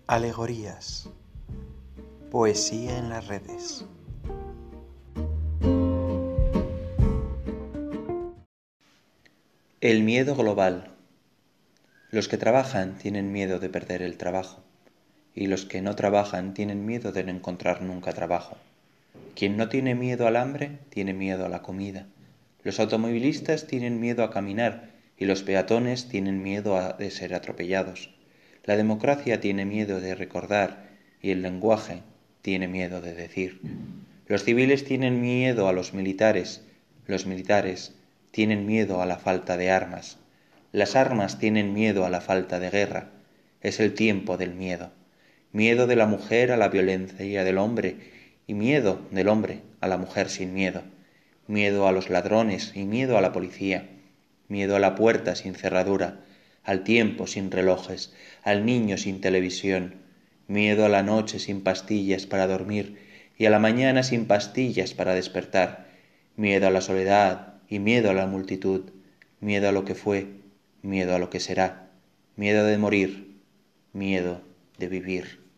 Alegorías. Poesía en las redes. El miedo global. Los que trabajan tienen miedo de perder el trabajo, y los que no trabajan tienen miedo de no encontrar nunca trabajo. Quien no tiene miedo al hambre, tiene miedo a la comida. Los automovilistas tienen miedo a caminar, y los peatones tienen miedo de ser atropellados. La democracia tiene miedo de recordar, y el lenguaje tiene miedo de decir. Los civiles tienen miedo a los militares tienen miedo a la falta de armas. Las armas tienen miedo a la falta de guerra. Es el tiempo del miedo. Miedo de la mujer a la violencia del hombre, y miedo del hombre a la mujer sin miedo. Miedo a los ladrones y miedo a la policía. Miedo a la puerta sin cerradura, al tiempo sin relojes, al niño sin televisión. Miedo a la noche sin pastillas para dormir y a la mañana sin pastillas para despertar. Miedo a la soledad y miedo a la multitud. Miedo a lo que fue, miedo a lo que será. Miedo de morir, miedo de vivir.